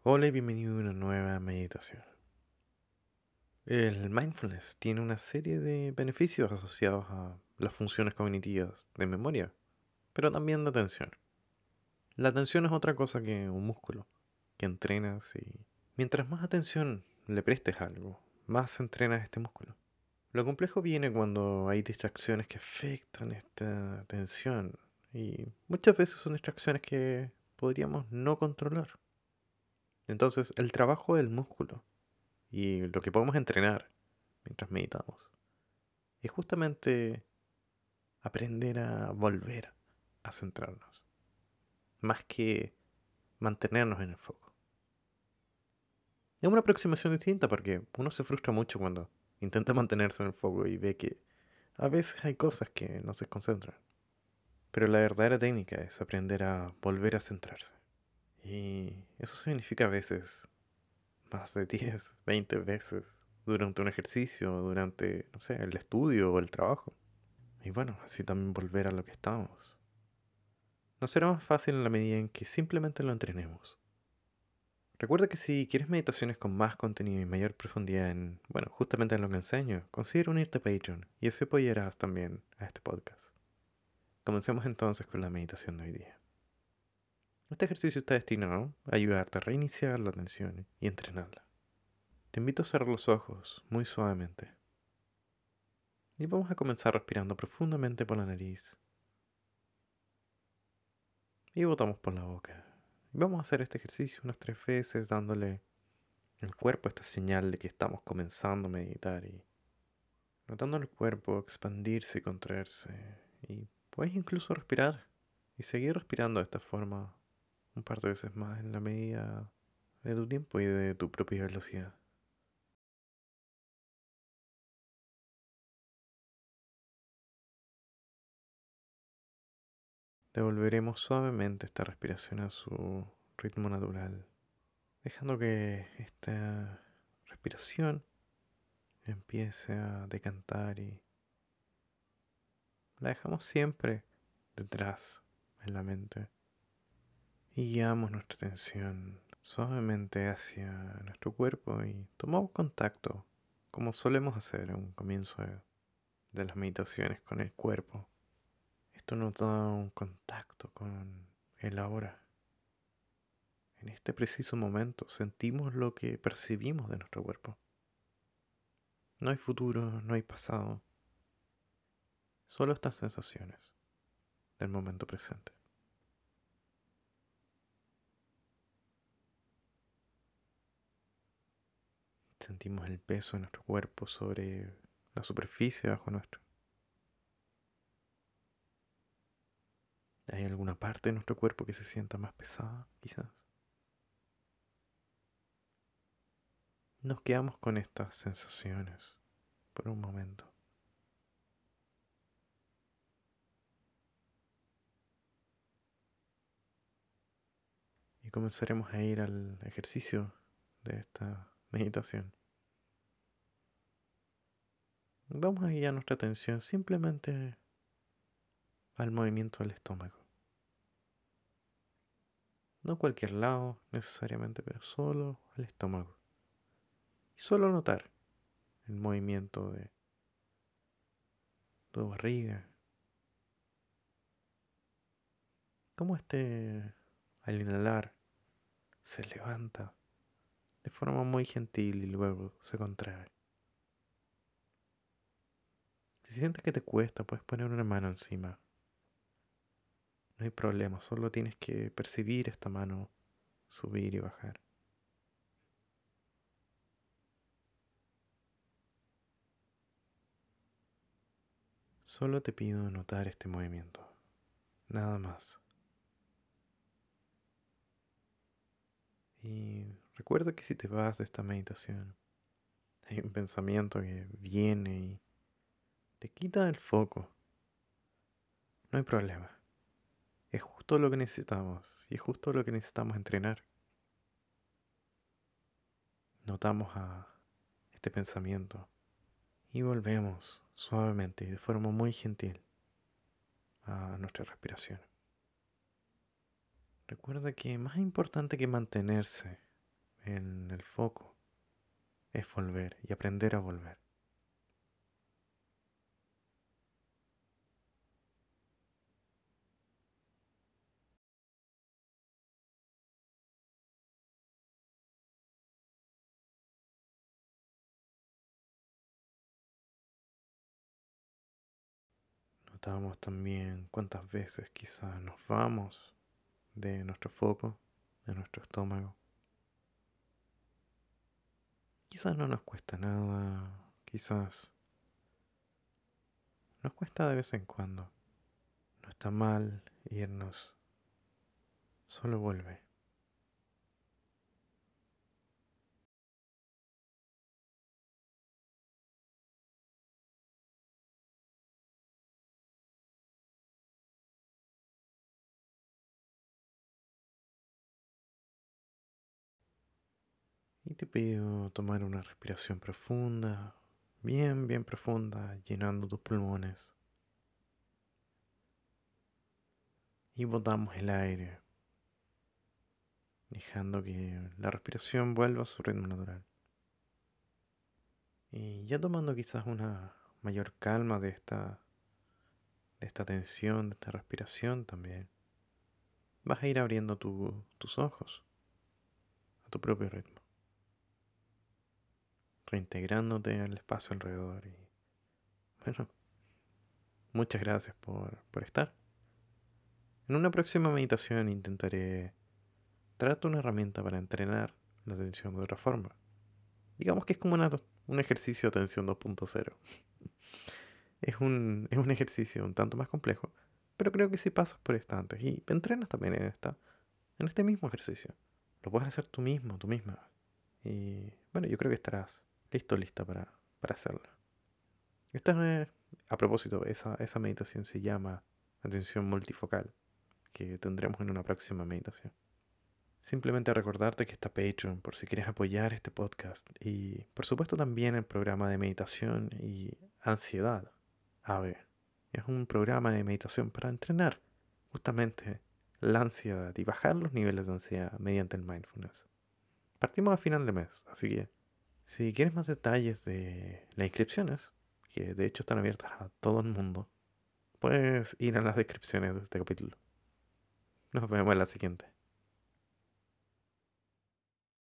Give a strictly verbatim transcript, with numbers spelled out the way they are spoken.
Hola y bienvenido a una nueva meditación. El mindfulness tiene una serie de beneficios asociados a las funciones cognitivas de memoria, pero también de atención. La atención es otra cosa que un músculo, que entrenas y mientras más atención le prestes a algo, más entrenas este músculo. Lo complejo viene cuando hay distracciones que afectan esta atención y muchas veces son distracciones que podríamos no controlar. Entonces, el trabajo del músculo y lo que podemos entrenar mientras meditamos es justamente aprender a volver a centrarnos, más que mantenernos en el foco. Es una aproximación distinta porque uno se frustra mucho cuando intenta mantenerse en el foco y ve que a veces hay cosas que no se concentran. Pero la verdadera técnica es aprender a volver a centrarse. Y eso significa a veces más de diez, veinte veces durante un ejercicio, durante, no sé, el estudio o el trabajo. Y bueno, así también volver a lo que estamos. No será más fácil en la medida en que simplemente lo entrenemos. Recuerda que si quieres meditaciones con más contenido y mayor profundidad en, bueno, justamente en lo que enseño, considera unirte a Patreon y así apoyarás también a este podcast. Comencemos entonces con la meditación de hoy día. Este ejercicio está destinado a ayudarte a reiniciar la atención y entrenarla. Te invito a cerrar los ojos muy suavemente. Y vamos a comenzar respirando profundamente por la nariz y botamos por la boca. Y vamos a hacer este ejercicio unas tres veces dándole al cuerpo esta señal de que estamos comenzando a meditar y notando el cuerpo expandirse y contraerse. Y puedes incluso respirar y seguir respirando de esta forma un par de veces más en la medida de tu tiempo y de tu propia velocidad. Devolveremos suavemente esta respiración a su ritmo natural, dejando que esta respiración empiece a decantar y la dejamos siempre detrás en la mente y guiamos nuestra atención suavemente hacia nuestro cuerpo y tomamos contacto como solemos hacer en un comienzo de, de las meditaciones con el cuerpo. Esto nos da un contacto con el ahora. En este preciso momento sentimos lo que percibimos de nuestro cuerpo. No hay futuro, no hay pasado, solo estas sensaciones del momento presente. Sentimos el peso de nuestro cuerpo sobre la superficie bajo nuestro. ¿Hay alguna parte de nuestro cuerpo que se sienta más pesada, quizás? Nos quedamos con estas sensaciones por un momento y comenzaremos a ir al ejercicio de esta meditación. Vamos a guiar nuestra atención simplemente al movimiento del estómago. No a cualquier lado necesariamente, pero solo al estómago. Y solo notar el movimiento de tu barriga. Cómo este, al inhalar, se levanta de forma muy gentil y luego se contrae. Si sientes que te cuesta, puedes poner una mano encima. No hay problema, solo tienes que percibir esta mano subir y bajar. Solo te pido notar este movimiento, nada más. Y recuerda que si te vas de esta meditación, hay un pensamiento que viene y te quita el foco. No hay problema. Es justo lo que necesitamos y es justo lo que necesitamos entrenar. Notamos a este pensamiento y volvemos suavemente y de forma muy gentil a nuestra respiración. Recuerda que más importante que mantenerse en el foco es volver y aprender a volver. Notamos también cuántas veces quizás nos vamos de nuestro foco, de nuestro estómago. Quizás no nos cuesta nada, quizás nos cuesta de vez en cuando. No está mal irnos, solo vuelve. Y te pido tomar una respiración profunda, bien, bien profunda, llenando tus pulmones. Y botamos el aire, dejando que la respiración vuelva a su ritmo natural. Y ya tomando quizás una mayor calma de esta, de esta tensión, de esta respiración también, vas a ir abriendo tu- tus ojos a tu propio ritmo, reintegrándote al espacio alrededor. Y bueno, muchas gracias por, por estar. En una próxima meditación intentaré traerte una herramienta para entrenar la atención de otra forma. Digamos que es como una- un ejercicio de atención dos punto cero. Es un, es un ejercicio un tanto más complejo, pero creo que si pasas por esta antes y entrenas también en esta, en este mismo ejercicio, lo puedes hacer tú mismo, tú misma. Y bueno, yo creo que estarás listo, lista para, para hacerlo. Esta es, a propósito, esa, esa meditación se llama atención multifocal, que tendremos en una próxima meditación. Simplemente recordarte que está Patreon por si quieres apoyar este podcast y por supuesto también el programa de meditación y ansiedad. A ver, es un programa de meditación para entrenar justamente la ansiedad y bajar los niveles de ansiedad mediante el mindfulness. Partimos a final de mes, así que si quieres más detalles de las inscripciones, que de hecho están abiertas a todo el mundo, puedes ir a las descripciones de este capítulo. Nos vemos en la siguiente.